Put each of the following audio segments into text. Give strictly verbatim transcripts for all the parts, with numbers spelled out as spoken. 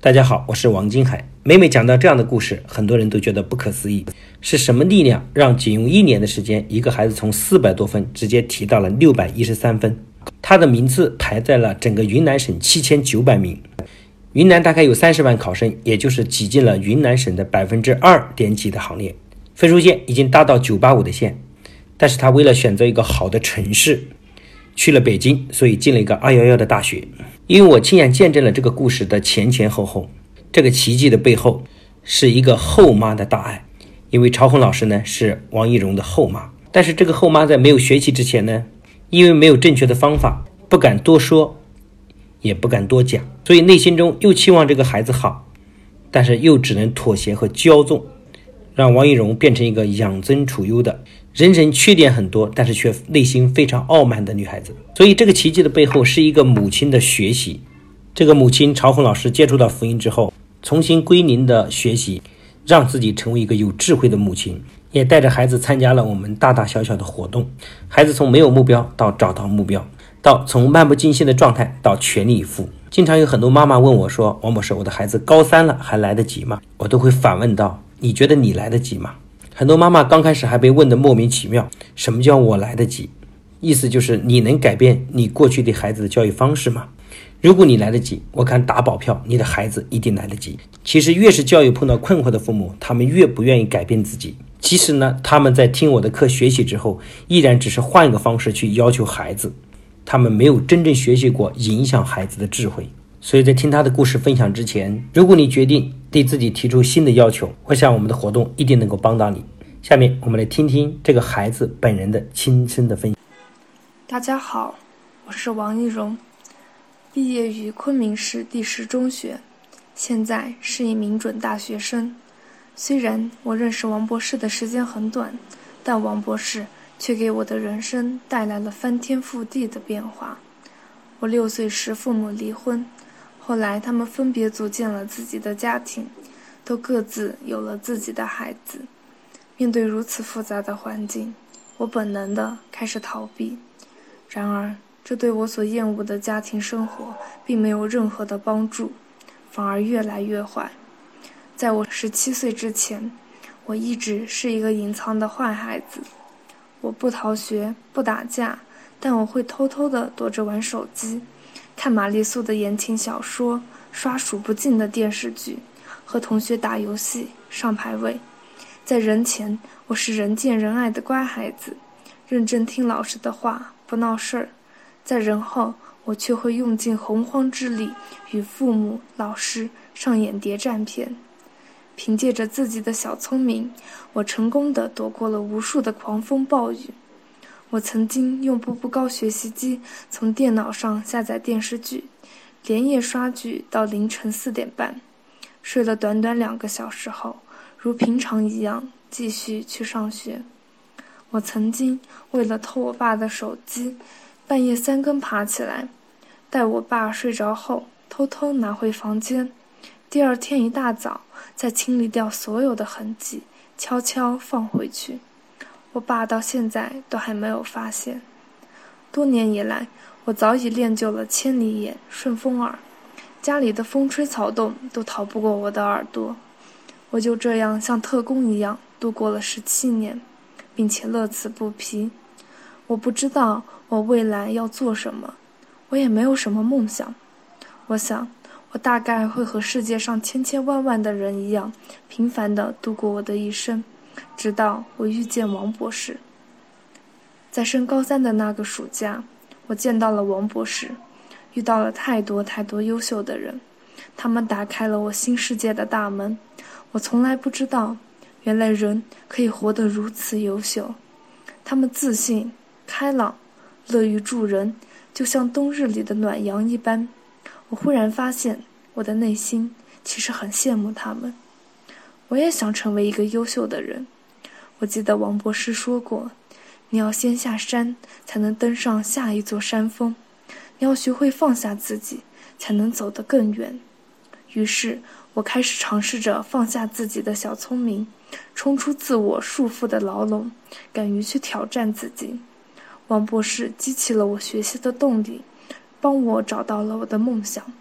大家好，我是王金海。每每讲到这样的故事，很多人都觉得不可思议，是什么力量让仅用一年的时间，一个孩子从四百多分直接提到了六百一十三分？他的名字排在了整个云南省七千九百名。云南大概有三十万考生，也就是挤进了云南省的百分之二点几的行列，分数线已经达到九八五的线。但是他为了选择一个好的城市，去了北京，所以进了一个二一一的大学。因为我亲眼见证了这个故事的前前后后，这个奇迹的背后是一个后妈的大爱。因为曹红老师呢是王懿荣的后妈，但是这个后妈在没有学习之前呢，因为没有正确的方法，不敢多说，也不敢多讲，所以内心中又期望这个孩子好，但是又只能妥协和骄纵，让王懿荣变成一个养尊处优的人人缺点很多，但是却内心非常傲慢的女孩子。所以这个奇迹的背后是一个母亲的学习。这个母亲曹红老师接触到福音之后，重新归零的学习，让自己成为一个有智慧的母亲，也带着孩子参加了我们大大小小的活动。孩子从没有目标到找到目标，到从漫不经心的状态到全力以赴。经常有很多妈妈问我说，王博士，我的孩子高三了，还来得及吗？我都会反问到，你觉得你来得及吗？很多妈妈刚开始还被问得莫名其妙，什么叫我来得及？意思就是你能改变你过去对孩子的教育方式吗？如果你来得及，我敢打保票，你的孩子一定来得及。其实越是教育碰到困惑的父母，他们越不愿意改变自己。其实呢，他们在听我的课学习之后，依然只是换一个方式去要求孩子，他们没有真正学习过影响孩子的智慧。所以在听他的故事分享之前，如果你决定对自己提出新的要求，我想我们的活动一定能够帮到你。下面我们来听听这个孩子本人的亲身的分享。 大家好，我是王懿荣，毕业于昆明市第十中学，现在是一名准大学生。虽然我认识王博士的时间很短，但王博士却给我的人生带来了翻天覆地的变化。我六岁时父母离婚，后来他们分别组建了自己的家庭，都各自有了自己的孩子。面对如此复杂的环境，我本能地开始逃避。然而，这对我所厌恶的家庭生活并没有任何的帮助，反而越来越坏。在我十七岁之前，我一直是一个隐藏的坏孩子。我不逃学，不打架，但我会偷偷地躲着玩手机，看玛丽苏的言情小说，刷数不尽的电视剧，和同学打游戏，上排位。在人前，我是人见人爱的乖孩子，认真听老师的话，不闹事儿。在人后，我却会用尽洪荒之力与父母、老师上演谍战片。凭借着自己的小聪明，我成功地躲过了无数的狂风暴雨。我曾经用步步高学习机从电脑上下载电视剧，连夜刷剧到凌晨四点半，睡了短短两个小时后，如平常一样继续去上学。我曾经为了偷我爸的手机，半夜三更爬起来，待我爸睡着后偷偷拿回房间，第二天一大早再清理掉所有的痕迹，悄悄放回去。我爸到现在都还没有发现。多年以来，我早已练就了千里眼、顺风耳，家里的风吹草动都逃不过我的耳朵。我就这样像特工一样度过了十七年，并且乐此不疲。我不知道我未来要做什么，我也没有什么梦想。我想，我大概会和世界上千千万万的人一样，平凡地度过我的一生，直到我遇见王博士。在升高三的那个暑假，我见到了王博士，遇到了太多太多优秀的人，他们打开了我新世界的大门。我从来不知道，原来人可以活得如此优秀。他们自信、开朗、乐于助人，就像冬日里的暖阳一般。我忽然发现，我的内心其实很羡慕他们。我也想成为一个优秀的人。我记得王博士说过，你要先下山，才能登上下一座山峰。你要学会放下自己，才能走得更远。于是，我开始尝试着放下自己的小聪明，冲出自我束缚的牢笼，敢于去挑战自己。王博士激起了我学习的动力，帮我找到了我的梦想，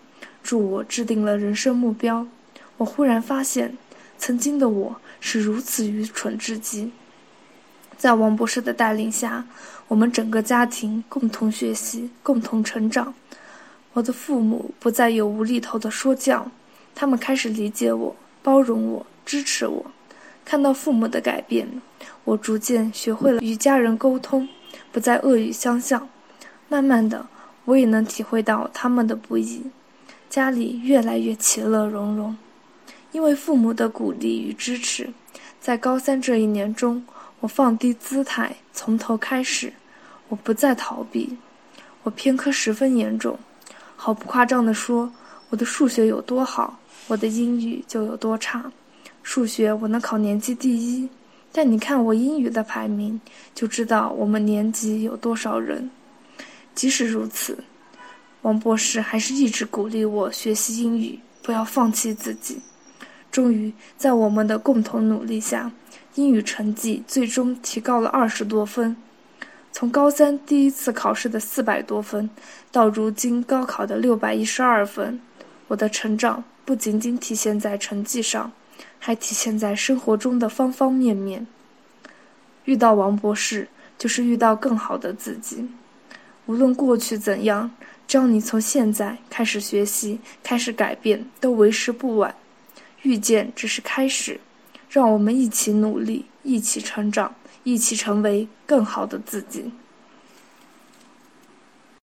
助我制定了人生目标。我忽然发现，曾经的我是如此愚蠢至极。在王博士的带领下，我们整个家庭共同学习，共同成长。我的父母不再有无厘头的说教，他们开始理解我，包容我，支持我。看到父母的改变，我逐渐学会了与家人沟通，不再恶语相向。慢慢的，我也能体会到他们的不易，家里越来越其乐融融。因为父母的鼓励与支持，在高三这一年中，我放低姿态，从头开始。我不再逃避。我偏科十分严重，毫不夸张地说，我的数学有多好，我的英语就有多差。数学我能考年级第一，但你看我英语的排名，就知道我们年级有多少人。即使如此，王博士还是一直鼓励我学习英语，不要放弃自己。终于，在我们的共同努力下，英语成绩最终提高了二十多分。从高三第一次考试的四百多分，到如今高考的六百一十二分，我的成长不仅仅体现在成绩上，还体现在生活中的方方面面。遇到王博士，就是遇到更好的自己。无论过去怎样，只要你从现在开始学习，开始改变，都为时不晚。遇见只是开始，让我们一起努力，一起成长，一起成为更好的自己。